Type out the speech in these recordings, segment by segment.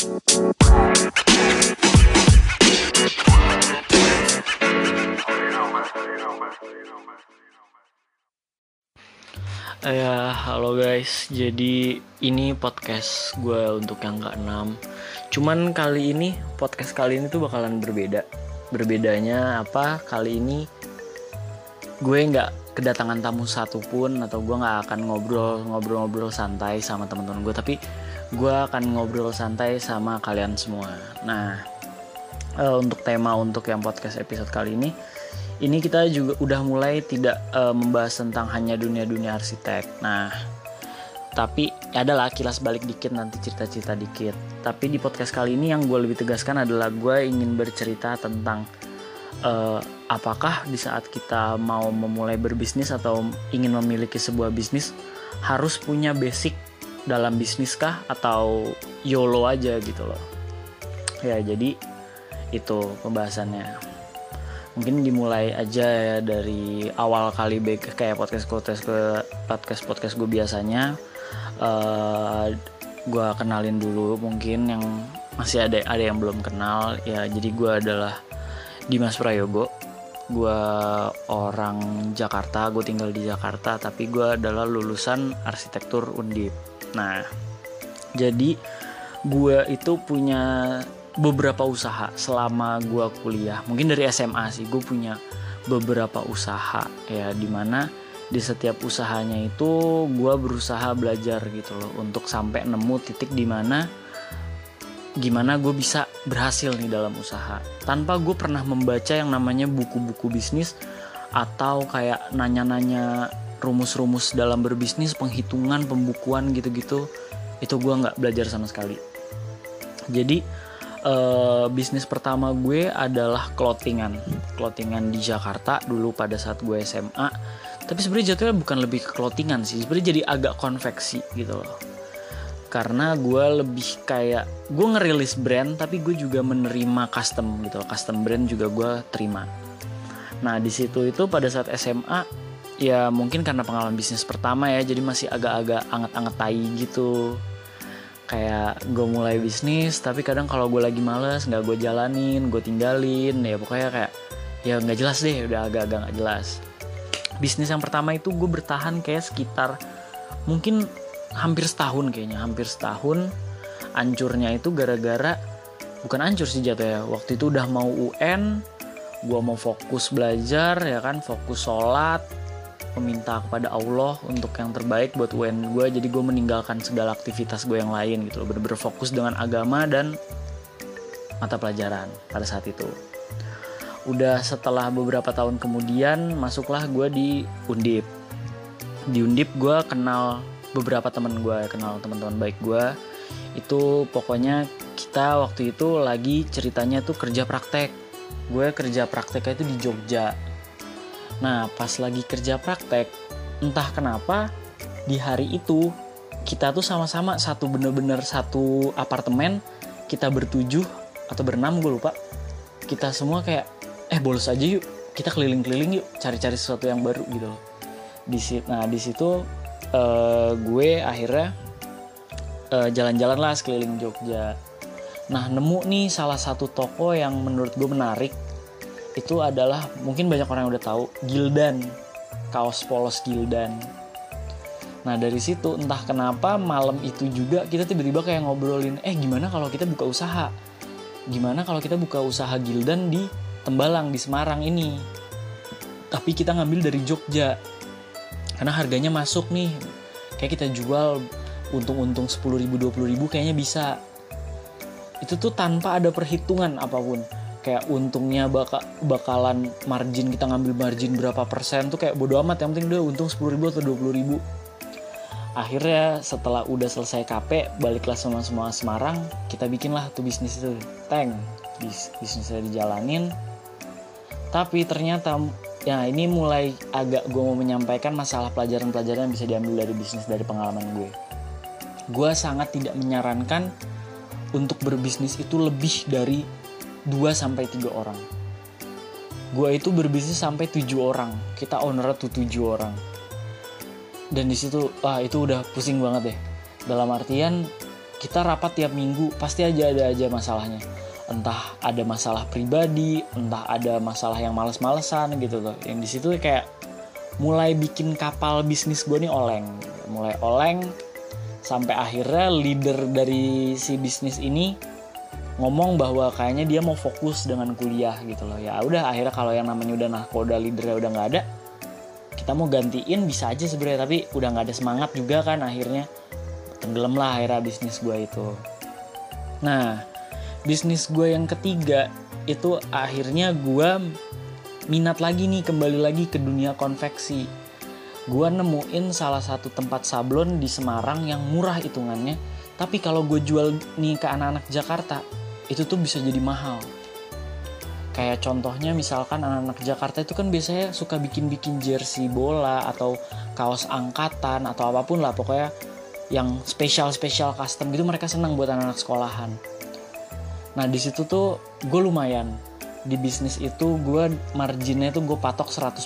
Halo guys, jadi ini podcast gue untuk yang ke-6. Cuman podcast kali ini tuh bakalan berbeda. Berbedanya apa? Kali ini gue gak kedatangan tamu satupun, atau gue gak akan ngobrol santai sama teman-teman gue, tapi gue akan ngobrol santai sama kalian semua. Nah, untuk tema untuk yang podcast episode kali ini kita juga udah mulai tidak membahas tentang hanya dunia arsitek. Nah, tapi adalah kilas balik dikit, nanti cerita-cerita dikit. Tapi di podcast kali ini yang gue lebih tegaskan adalah gue ingin bercerita tentang apakah di saat kita mau memulai berbisnis atau ingin memiliki sebuah bisnis harus punya basic dalam bisnis kah, atau YOLO aja gitu loh. Ya, jadi itu pembahasannya. Mungkin dimulai aja ya dari awal kali kayak podcast gue biasanya. Gue kenalin dulu mungkin yang masih ada yang belum kenal ya. Jadi gue adalah Dimas Prayogo. Gue orang Jakarta, gue tinggal di Jakarta, tapi gue adalah lulusan arsitektur Undip. Nah, jadi gue itu punya beberapa usaha selama gue kuliah. Mungkin dari SMA sih gue punya beberapa usaha ya, dimana di setiap usahanya itu gue berusaha belajar gitu loh, untuk sampai nemu titik dimana gimana gue bisa berhasil nih dalam usaha, tanpa gue pernah membaca yang namanya buku-buku bisnis atau kayak nanya-nanya rumus-rumus dalam berbisnis, penghitungan, pembukuan gitu-gitu. Itu gue gak belajar sama sekali. Jadi bisnis pertama gue adalah clothingan di Jakarta dulu pada saat gue SMA. Tapi sebenarnya jatuhnya bukan lebih ke clothingan sih, sebenarnya jadi agak konveksi gitu loh. Karena gue lebih kayak gue ngerilis brand, tapi gue juga menerima custom gitu, custom brand juga gue terima. Nah di situ itu pada saat SMA ya, mungkin karena pengalaman bisnis pertama ya, jadi masih agak-agak anget-anget tai gitu. Kayak gue mulai bisnis, tapi kadang kalau gue lagi males gak gue jalanin, gue tinggalin. Ya pokoknya kayak ya gak jelas deh, udah agak-agak gak jelas. Bisnis yang pertama itu gue bertahan kayak sekitar mungkin hampir setahun. Hancurnya itu gara-gara, bukan hancur sih jatuhnya, waktu itu udah mau UN, gue mau fokus belajar ya kan, fokus sholat, meminta kepada Allah untuk yang terbaik buat UN gue. Jadi gue meninggalkan segala aktivitas gue yang lain gitu loh, bener-bener fokus dengan agama dan mata pelajaran pada saat itu. Udah setelah beberapa tahun kemudian masuklah gue di Undip. Di Undip gue kenal beberapa teman gue, kenal teman-teman baik gue. Itu pokoknya kita waktu itu lagi ceritanya tuh kerja praktek. Gue kerja prakteknya itu di Jogja. Nah pas lagi kerja praktek, entah kenapa di hari itu kita tuh sama-sama bener-bener satu apartemen. Kita bertujuh atau berenam gue lupa. Kita semua kayak bolos aja yuk, kita keliling-keliling yuk, cari-cari sesuatu yang baru gitu loh. Di situ gue akhirnya jalan-jalan lah sekeliling Jogja. Nah nemu nih salah satu toko yang menurut gue menarik. Itu adalah, mungkin banyak orang yang udah tahu, Gildan, kaos polos Gildan. Nah dari situ entah kenapa malam itu juga kita tiba-tiba kayak ngobrolin, gimana kalau kita buka usaha? Gimana kalau kita buka usaha Gildan di Tembalang, di Semarang ini? Tapi kita ngambil dari Jogja, karena harganya masuk nih. Kayak kita jual untung-untung 10.000, 20.000 kayaknya bisa. Itu tuh tanpa ada perhitungan apapun. Kayak untungnya bakalan margin, kita ngambil margin berapa persen tuh kayak bodo amat, yang penting udah untung 10.000 atau 20.000. Akhirnya setelah udah selesai KP, baliklah sama Semarang, kita bikinlah tuh bisnis itu. Bisnisnya dijalanin. Tapi ternyata ya ini mulai agak gue mau menyampaikan masalah pelajaran-pelajaran yang bisa diambil dari bisnis, dari pengalaman gue. Gue sangat tidak menyarankan untuk berbisnis itu lebih dari 2-3 orang. Gue itu berbisnis sampai 7 orang. Kita owner tuh 7 orang. Dan di situ itu udah pusing banget deh. Dalam artian Kita rapat tiap minggu, pasti ada aja masalahnya. Entah ada masalah pribadi, entah ada masalah yang males-malesan gitu loh. Yang di situ kayak mulai bikin kapal bisnis gue nih oleng. Mulai oleng sampai akhirnya leader dari si bisnis ini ngomong bahwa kayaknya dia mau fokus dengan kuliah gitu loh. Ya udah, akhirnya kalau yang namanya udah nahkoda leadernya udah nggak ada, kita mau gantiin bisa aja sebenarnya, tapi udah nggak ada semangat juga kan, akhirnya tenggelam lah akhirnya bisnis gue itu. Nah, bisnis gue yang ketiga itu akhirnya gue minat lagi nih, kembali lagi ke dunia konveksi. Gue nemuin salah satu tempat sablon di Semarang yang murah hitungannya, tapi kalau gue jual nih ke anak-anak Jakarta, itu tuh bisa jadi mahal. Kayak contohnya misalkan anak-anak Jakarta itu kan biasanya suka bikin-bikin jersey bola atau kaos angkatan atau apapun lah, pokoknya yang spesial custom gitu mereka senang buat anak-anak sekolahan. Nah di situ tuh gue lumayan. Di bisnis itu gue marginnya tuh gue patok 100%.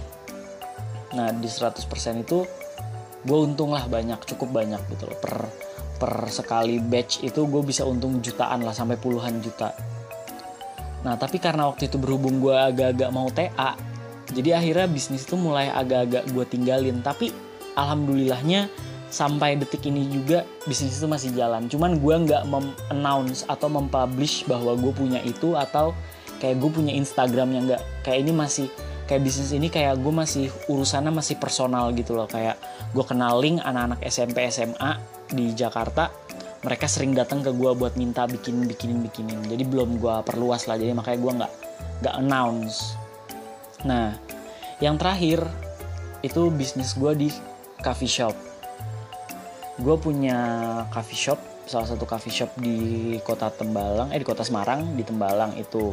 Nah di 100% itu gue untung lah banyak, cukup banyak gitu loh. Per sekali batch itu gue bisa untung jutaan lah, sampai puluhan juta. Nah tapi karena waktu itu berhubung gue agak-agak mau TA, jadi akhirnya bisnis itu mulai agak-agak gue tinggalin. Tapi alhamdulillahnya sampai detik ini juga bisnis itu masih jalan. Cuman gue nggak announce atau mempublish bahwa gue punya itu, atau kayak gue punya Instagram yang nggak. Kayak ini masih, kayak bisnis ini kayak gue masih urusannya masih personal gitu loh. Kayak gue kenalin anak-anak SMP SMA di Jakarta, mereka sering datang ke gue buat minta bikinin. Jadi belum gue perluas lah, jadi makanya gue nggak announce. Nah yang terakhir itu bisnis gue di coffee shop. Gue punya coffee shop, salah satu coffee shop di kota Tembalang, di kota Semarang, di Tembalang itu.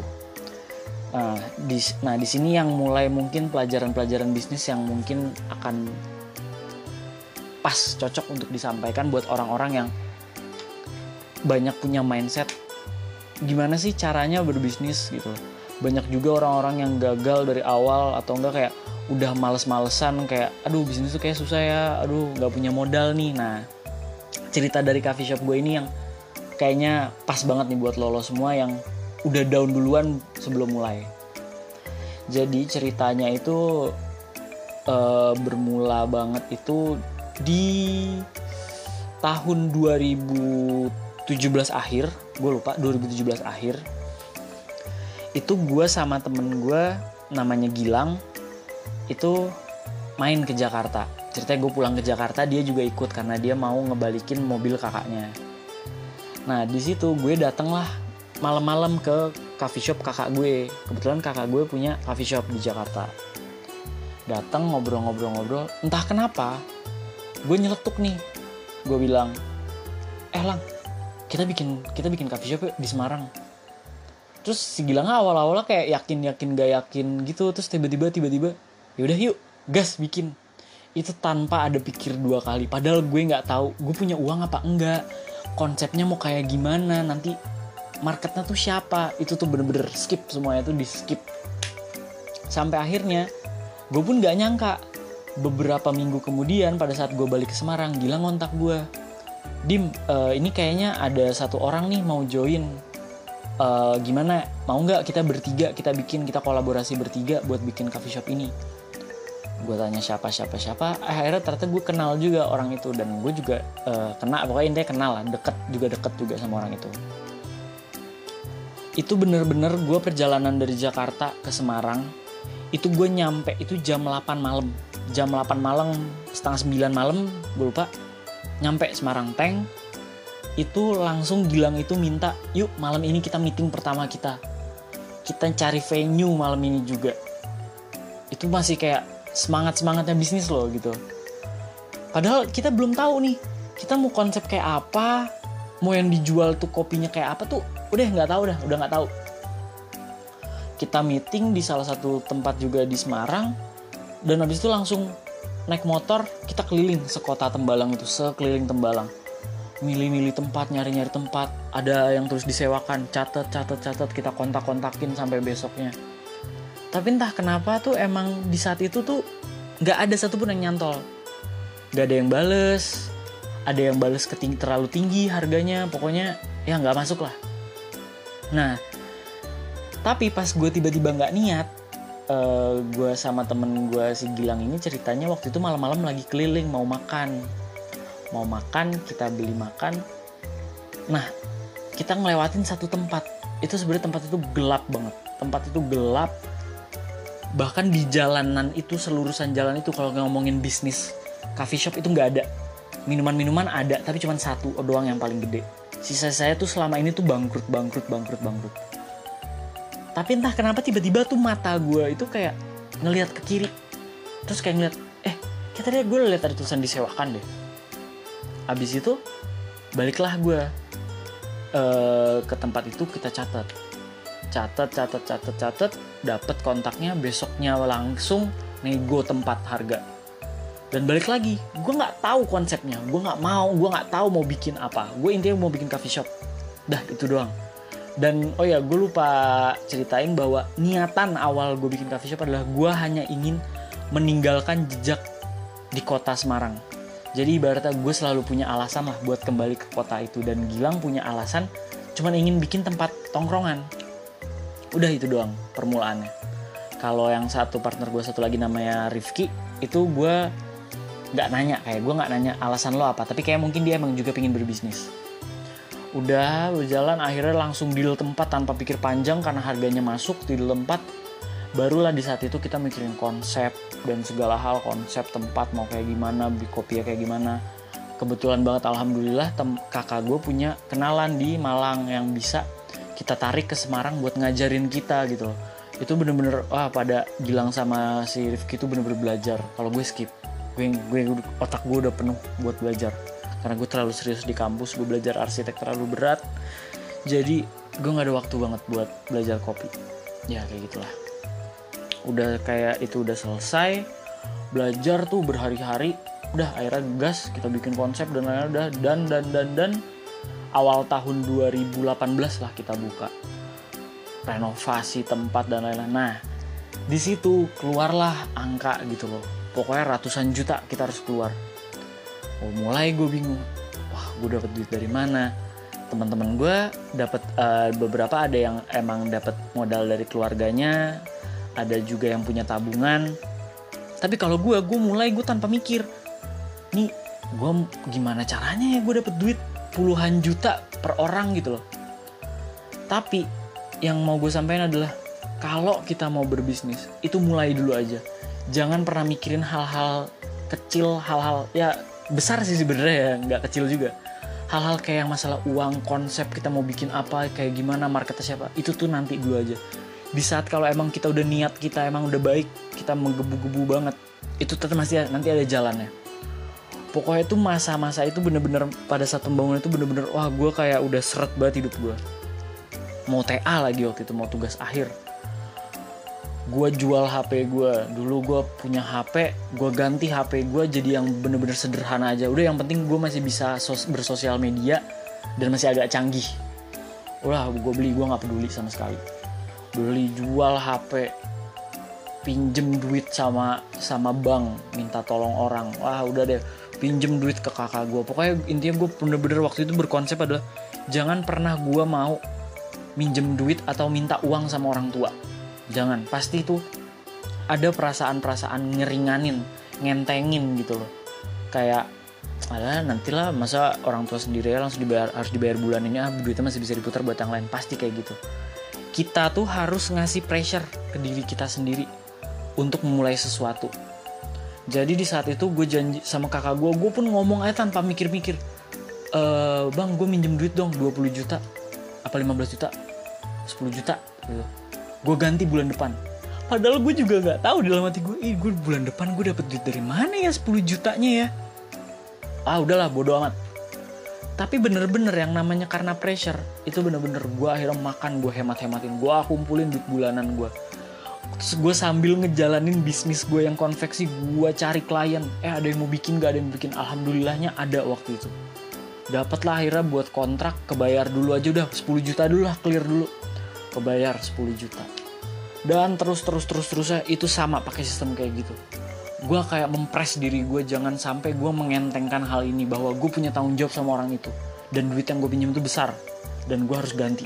Nah di sini yang mulai mungkin pelajaran bisnis yang mungkin akan pas cocok untuk disampaikan buat orang-orang yang banyak punya mindset gimana sih caranya berbisnis gitu. Banyak juga orang-orang yang gagal dari awal, atau enggak kayak udah males-malesan, kayak aduh bisnis tuh kayak susah ya, aduh nggak punya modal nih. Nah cerita dari coffee shop gue ini yang kayaknya pas banget nih buat lo semua yang udah down duluan sebelum mulai. Jadi ceritanya itu bermula banget itu di tahun 2017 akhir, gue lupa 2017 akhir. Itu gue sama temen gue namanya Gilang itu main ke Jakarta. Ceritanya gue pulang ke Jakarta, dia juga ikut karena dia mau ngebalikin mobil kakaknya. Nah di situ gue dateng lah malam-malam ke coffee shop kakak gue. Kebetulan kakak gue punya coffee shop di Jakarta. Dateng ngobrol-ngobrol, entah kenapa gue nyeletuk nih. Gue bilang, Lang, kita bikin coffee shop di Semarang. Terus si Gilang awal-awalnya kayak yakin gak yakin gitu. Terus tiba-tiba yaudah yuk gas bikin. Itu tanpa ada pikir dua kali. Padahal gue gak tahu gue punya uang apa enggak, konsepnya mau kayak gimana, nanti marketnya tuh siapa. Itu tuh bener-bener skip, semuanya tuh di skip. Sampai akhirnya gue pun gak nyangka, beberapa minggu kemudian pada saat gue balik ke Semarang, Gilang ngontak gue, Dim, ini kayaknya ada satu orang nih mau join, gimana, mau gak kita bertiga, kita kolaborasi bertiga buat bikin coffee shop ini. Gue tanya siapa, akhirnya ternyata gue kenal juga orang itu. Dan gue juga pokoknya intinya kenal lah, deket juga sama orang itu. Itu bener-bener gue perjalanan dari Jakarta ke Semarang, itu gue nyampe itu jam 8 malam, setengah 9 malam, gue lupa. Nyampe Semarang Tank, itu langsung Gilang itu minta, yuk malam ini kita meeting pertama kita cari venue malam ini juga. Itu masih kayak semangatnya bisnis loh gitu. Padahal kita belum tahu nih, kita mau konsep kayak apa, mau yang dijual tuh kopinya kayak apa tuh, udah nggak tahu. Kita meeting di salah satu tempat juga di Semarang, dan habis itu langsung naik motor kita keliling sekota Tembalang itu, sekeliling Tembalang, milih tempat, nyari tempat, ada yang terus disewakan, catat, kita kontak-kontakin sampai besoknya. Tapi entah kenapa tuh emang di saat itu tuh nggak ada satupun yang nyantol, nggak ada yang bales, ada yang bales terlalu tinggi harganya, pokoknya ya nggak masuk lah. Nah tapi pas gue tiba-tiba nggak niat, gue sama temen gue si Gilang ini ceritanya waktu itu malam-malam lagi keliling mau makan, kita beli makan. Nah kita ngelewatin satu tempat, itu sebenarnya tempat itu gelap banget, bahkan di jalanan itu, selurusan jalan itu kalau ngomongin bisnis coffee shop itu nggak ada. Minuman ada, tapi cuma satu doang yang paling gede. Sisa saya tuh selama ini tuh bangkrut. Tapi entah kenapa tiba-tiba tuh mata gue itu kayak ngelihat ke kiri, terus kayak ngeliat, gue lihat ada tulisan disewakan deh. Abis itu baliklah gue ke tempat itu, kita catat, dapet kontaknya, besoknya langsung nego tempat harga. Dan balik lagi, gue nggak tahu konsepnya, gue nggak tahu mau bikin apa. Gue intinya mau bikin coffee shop, dah itu doang. Dan gue lupa ceritain bahwa niatan awal gue bikin coffee shop adalah gue hanya ingin meninggalkan jejak di kota Semarang. Jadi ibaratnya gue selalu punya alasan lah buat kembali ke kota itu, dan Gilang punya alasan cuman ingin bikin tempat tongkrongan. Udah itu doang permulaannya. Kalau yang satu partner gue satu lagi namanya Rifki, itu gue nggak nanya alasan lo apa, tapi kayak mungkin dia emang juga pengen berbisnis. Udah berjalan, akhirnya langsung deal tempat tanpa pikir panjang karena harganya masuk, deal tempat. Barulah di saat itu kita mikirin konsep dan segala hal, konsep tempat mau kayak gimana, beli kopinya kayak gimana. Kebetulan banget alhamdulillah kakak gue punya kenalan di Malang yang bisa kita tarik ke Semarang buat ngajarin kita gitu loh. Itu bener-bener pada Gilang sama si Rifki itu bener-bener belajar. Kalau gue skip, gue otak gue udah penuh buat belajar karena gue terlalu serius di kampus, gue belajar arsitek terlalu berat, jadi gue nggak ada waktu banget buat belajar kopi. Ya kayak gitulah. Udah kayak itu udah selesai belajar tuh berhari-hari, udah akhirnya gas, kita bikin konsep dan lain-lain, dan awal tahun 2018 lah kita buka, renovasi tempat dan lain-lain. Nah di situ keluarlah angka gitu loh, pokoknya ratusan juta kita harus keluar. Mulai gue bingung, gue dapet duit dari mana? Teman-teman gue dapet beberapa, ada yang emang dapet modal dari keluarganya, ada juga yang punya tabungan. Tapi kalau gue mulai tanpa mikir, nih gue gimana caranya ya gue dapet duit puluhan juta per orang gitu loh. Tapi yang mau gue sampaikan adalah, kalau kita mau berbisnis itu mulai dulu aja, jangan pernah mikirin hal-hal kecil, hal-hal ya besar sih sebenarnya ya, nggak kecil juga. Hal-hal kayak yang masalah uang, konsep kita mau bikin apa, kayak gimana, marketnya siapa, itu tuh nanti dulu aja. Di saat kalau emang kita udah niat, kita emang udah baik, kita menggebu-gebu banget, itu tetap masih nanti ada jalannya. Pokoknya itu masa-masa itu bener-bener pada saat pembangunan itu bener-bener gue kayak udah seret banget hidup gue. Mau TA lagi waktu itu, mau tugas akhir. Gue jual HP gue, dulu gue punya HP, gue ganti HP gue jadi yang bener-bener sederhana aja. Udah yang penting gue masih bisa bersosial media dan masih agak canggih. Udah gue beli, gue gak peduli sama sekali. Beli, jual HP, pinjem duit sama bank, minta tolong orang. Udah deh, pinjem duit ke kakak gue. Pokoknya intinya gue bener-bener waktu itu berkonsep adalah jangan pernah gue mau minjem duit atau minta uang sama orang tua. Jangan, pasti itu ada perasaan-perasaan ngeringanin, ngentengin gitu loh. Kayak, nantilah masa orang tua sendiri langsung harus dibayar bulaninnya, duitnya masih bisa diputar buat yang lain. Pasti kayak gitu. Kita tuh harus ngasih pressure ke diri kita sendiri untuk memulai sesuatu. Jadi di saat itu gue janji sama kakak gue pun ngomong aja tanpa mikir-mikir, bang gue minjem duit dong 20 juta, apa 15 juta, 10 juta gitu. Gue ganti bulan depan. Padahal gue juga gak tahu dalam hati gue, gue bulan depan gue dapet duit dari mana ya 10 jutanya ya. Udahlah bodo amat. Tapi bener-bener yang namanya karena pressure, itu bener-bener gue akhirnya makan, gue hemat-hematin, gue kumpulin duit bulanan gue. Terus gue sambil ngejalanin bisnis gue yang konveksi, gue cari klien. Ada yang mau bikin gak, ada yang bikin. Alhamdulillahnya ada waktu itu. Dapatlah akhirnya buat kontrak, kebayar dulu aja udah 10 juta dulu lah, clear dulu. Kebayar 10 juta. Dan terusnya itu sama pakai sistem kayak gitu. gue kayak mempres diri gue jangan sampai gue mengentengkan hal ini, bahwa gue punya tanggung jawab sama orang itu dan duit yang gue pinjam itu besar dan gue harus ganti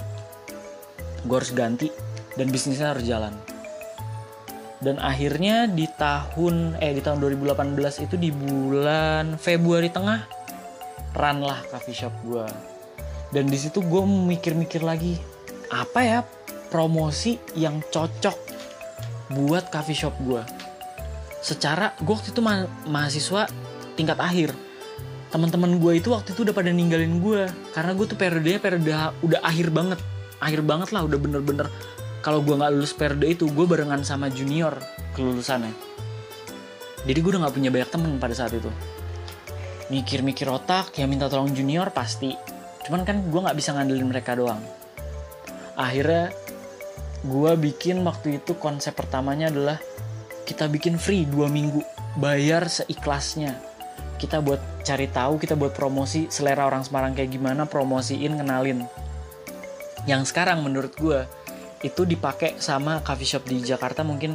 dan bisnisnya harus jalan. Dan akhirnya di tahun 2018 itu di bulan Februari tengah run lah coffee shop gue. Dan di situ gue mikir-mikir lagi, apa ya promosi yang cocok buat coffee shop gue. Secara gue waktu itu mahasiswa tingkat akhir. Teman-teman gue itu waktu itu udah pada ninggalin gue karena gue tuh periode udah akhir banget lah, udah bener-bener kalau gue nggak lulus periode itu gue barengan sama junior kelulusannya. Jadi gue udah nggak punya banyak temen pada saat itu. Mikir-mikir otak, ya minta tolong junior pasti. Cuman kan gue nggak bisa ngandelin mereka doang. Akhirnya gue bikin waktu itu konsep pertamanya adalah kita bikin free 2 minggu, bayar seikhlasnya. Kita buat cari tahu, kita buat promosi selera orang Semarang kayak gimana, promosiin, kenalin. Yang sekarang menurut gue itu dipakai sama coffee shop di Jakarta mungkin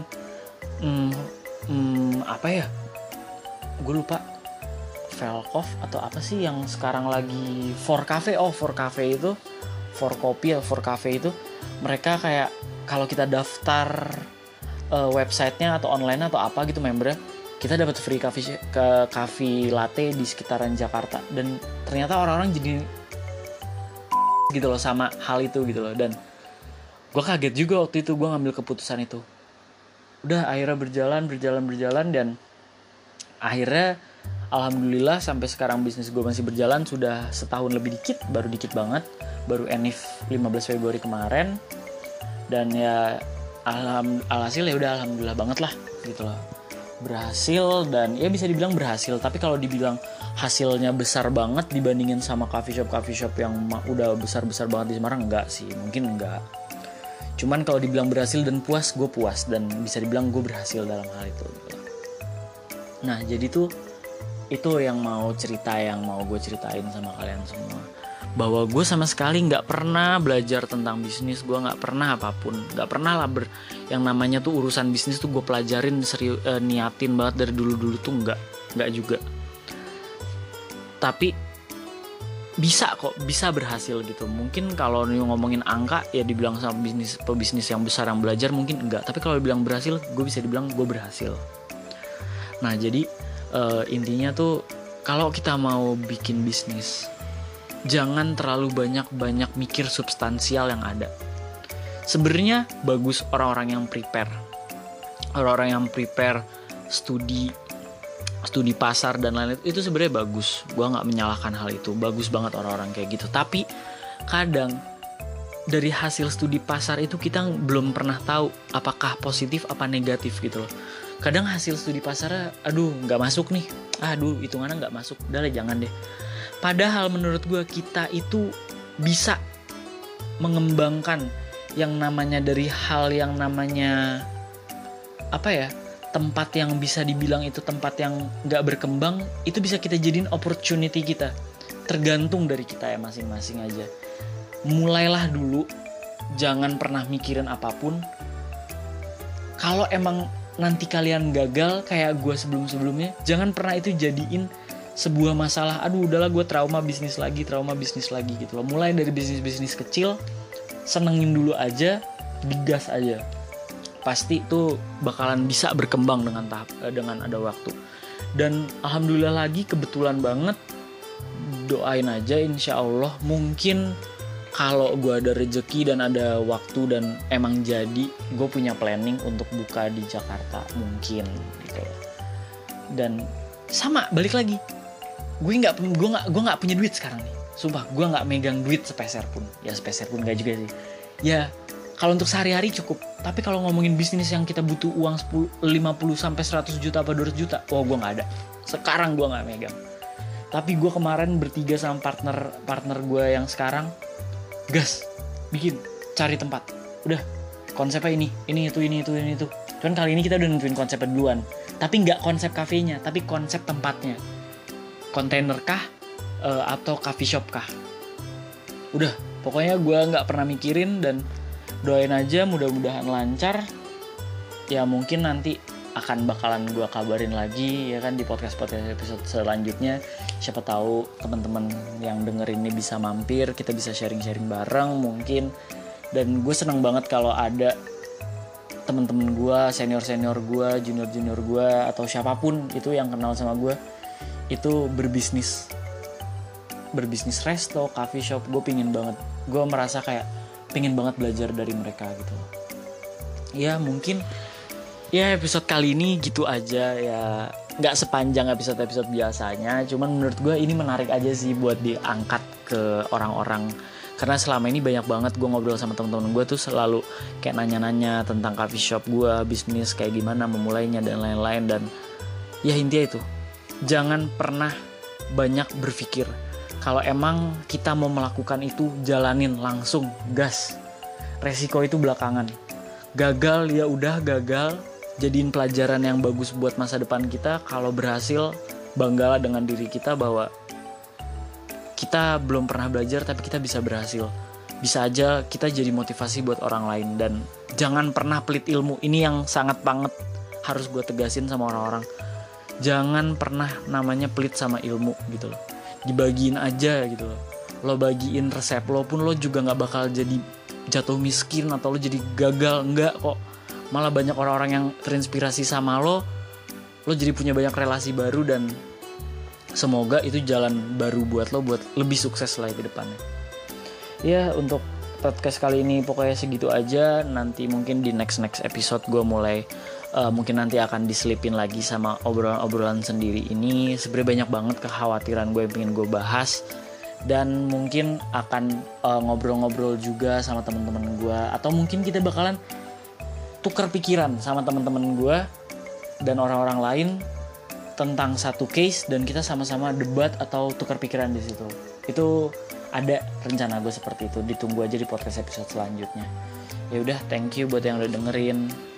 apa ya? Gue lupa. Velkov atau apa sih yang sekarang lagi For Cafe itu For Kopi atau For Cafe itu mereka kayak kalau kita daftar websitenya atau online atau apa gitu membernya, kita dapat free coffee latte di sekitaran Jakarta. Dan ternyata orang-orang jadi gitu loh sama hal itu gitu loh. Dan gue kaget juga waktu itu gue ngambil keputusan itu. Udah akhirnya berjalan dan akhirnya alhamdulillah sampai sekarang bisnis gue masih berjalan sudah setahun lebih dikit, baru dikit banget, baru enif 15 Februari kemarin. Dan ya alhasil ya udah alhamdulillah banget lah gitu loh, berhasil. Dan ya bisa dibilang berhasil, tapi kalau dibilang hasilnya besar banget dibandingin sama coffee shop yang udah besar banget di Semarang, enggak sih, mungkin enggak. Cuman kalau dibilang berhasil dan puas, gue puas dan bisa dibilang gue berhasil dalam hal itu gitu. Nah jadi tuh itu yang mau gue ceritain sama kalian semua, bahwa gue sama sekali nggak pernah belajar tentang bisnis. Gue nggak pernah apapun, nggak pernah lah yang namanya tuh urusan bisnis tuh gue pelajarin niatin banget dari dulu tuh nggak juga. Tapi bisa berhasil gitu. Mungkin kalau ngomongin angka ya dibilang sama pebisnis yang besar yang belajar mungkin enggak, tapi kalau dibilang berhasil gue bisa dibilang gue berhasil. Nah jadi intinya tuh kalau kita mau bikin bisnis, jangan terlalu banyak mikir substansial yang ada. Sebenarnya bagus orang-orang yang prepare studi pasar dan lain-lain, itu sebenarnya bagus. Gua nggak menyalahkan hal itu, bagus banget orang-orang kayak gitu. Tapi kadang dari hasil studi pasar itu kita belum pernah tahu apakah positif apa negatif gitu loh. Kadang hasil studi pasarnya nggak masuk nih, hitungannya nggak masuk, udah lah jangan deh. Padahal menurut gue kita itu bisa mengembangkan yang namanya dari hal yang namanya tempat yang bisa dibilang itu tempat yang nggak berkembang, itu bisa kita jadiin opportunity kita. Tergantung dari kita ya masing-masing aja. Mulailah dulu, jangan pernah mikirin apapun. Kalau emang nanti kalian gagal kayak gue sebelumnya, jangan pernah itu jadiin sebuah masalah. Udahlah gue trauma bisnis lagi gitu loh. Mulai dari bisnis kecil, senengin dulu aja, digas aja. Pasti itu bakalan bisa berkembang dengan ada waktu. Dan alhamdulillah lagi kebetulan banget, doain aja insya Allah mungkin kalau gue ada rezeki dan ada waktu dan emang jadi, gue punya planning untuk buka di Jakarta mungkin gitu. Dan sama balik lagi, gue nggak punya duit sekarang nih. Sumpah gue nggak megang duit sepeser pun nggak juga sih. Ya kalau untuk sehari-hari cukup. Tapi kalau ngomongin bisnis yang kita butuh uang 50 sampai 100 juta apa 200 juta, gue nggak ada. Sekarang gue nggak megang. Tapi gue kemarin bertiga sama partner gue yang sekarang, gas, cari tempat. Udah, konsepnya ini itu. Cuman kali ini kita udah nentuin konsepnya duluan. Tapi nggak konsep kafenya, tapi konsep tempatnya. Kontainer kah? Atau coffee shop kah? Udah, pokoknya gue nggak pernah mikirin dan doain aja mudah-mudahan lancar. Ya mungkin nanti bakalan gue kabarin lagi ya kan di podcast episode selanjutnya. Siapa tahu teman-teman yang denger ini bisa mampir, kita bisa sharing-sharing bareng mungkin. Dan gue seneng banget kalau ada teman-teman gue, senior gue, junior gue, atau siapapun itu yang kenal sama gue itu berbisnis resto, coffee shop. Gue merasa kayak pingin banget belajar dari mereka gitu. Ya mungkin ya episode kali ini gitu aja ya, nggak sepanjang episode biasanya, cuman menurut gue ini menarik aja sih buat diangkat ke orang-orang, karena selama ini banyak banget gue ngobrol sama teman-teman gue tuh selalu kayak nanya-nanya tentang coffee shop gue, bisnis kayak gimana memulainya dan lain-lain. Dan ya intinya itu, jangan pernah banyak berpikir. Kalau emang kita mau melakukan itu, jalanin langsung, gas. Resiko itu belakangan. Gagal ya udah gagal, jadiin pelajaran yang bagus buat masa depan kita. Kalau berhasil, banggalah dengan diri kita bahwa kita belum pernah belajar tapi kita bisa berhasil. Bisa aja kita jadi motivasi buat orang lain. Dan jangan pernah pelit ilmu. Ini yang sangat banget harus gue tegasin sama orang-orang. Jangan pernah namanya pelit sama ilmu gitu loh. Dibagiin aja gitu loh. Lo bagiin resep lo pun lo juga gak bakal jadi jatuh miskin atau lo jadi gagal. Enggak kok. Malah banyak orang-orang yang terinspirasi sama lo jadi punya banyak relasi baru. Dan semoga itu jalan baru buat lo buat lebih sukses lagi ke depannya. Ya untuk podcast kali ini pokoknya segitu aja. Nanti mungkin di next episode gue mulai mungkin nanti akan diselipin lagi sama obrolan sendiri ini. Sebenarnya banyak banget kekhawatiran gue yang pengen gue bahas. Dan mungkin akan ngobrol-ngobrol juga sama teman-teman gue. Atau mungkin kita bakalan tukar pikiran sama teman-teman gue dan orang-orang lain tentang satu case, dan kita sama-sama debat atau tukar pikiran di situ. Itu ada rencana gue seperti itu. Ditunggu aja di podcast episode selanjutnya. Ya udah, thank you buat yang udah dengerin.